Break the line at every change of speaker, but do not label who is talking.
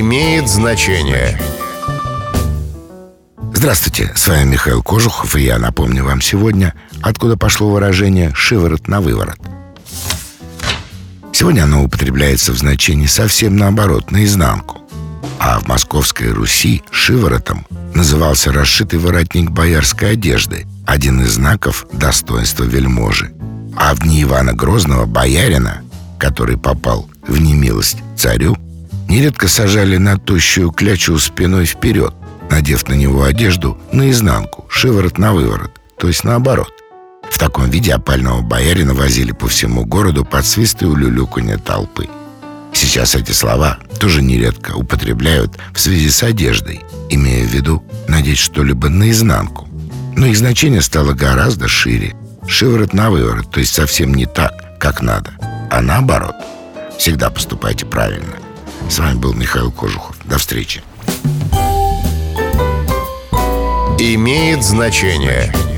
Имеет значение.
Здравствуйте, с вами Михаил Кожухов, и я напомню вам сегодня, откуда пошло выражение «шиворот на выворот». Сегодня оно употребляется в значении совсем наоборот, наизнанку. А в Московской Руси шиворотом назывался расшитый воротник боярской одежды, один из знаков достоинства вельможи. А в дни Ивана Грозного боярина, который попал в немилость царю, нередко сажали на тощую клячу спиной вперед, надев на него одежду наизнанку, шиворот на выворот, то есть наоборот. В таком виде опального боярина возили по всему городу под свист и улюлюканье толпы. Сейчас эти слова тоже нередко употребляют в связи с одеждой, имея в виду надеть что-либо наизнанку. Но их значение стало гораздо шире. Шиворот на выворот, то есть совсем не так, как надо, а наоборот. Всегда поступайте правильно. С вами был Михаил Кожухов. До встречи.
Имеет значение.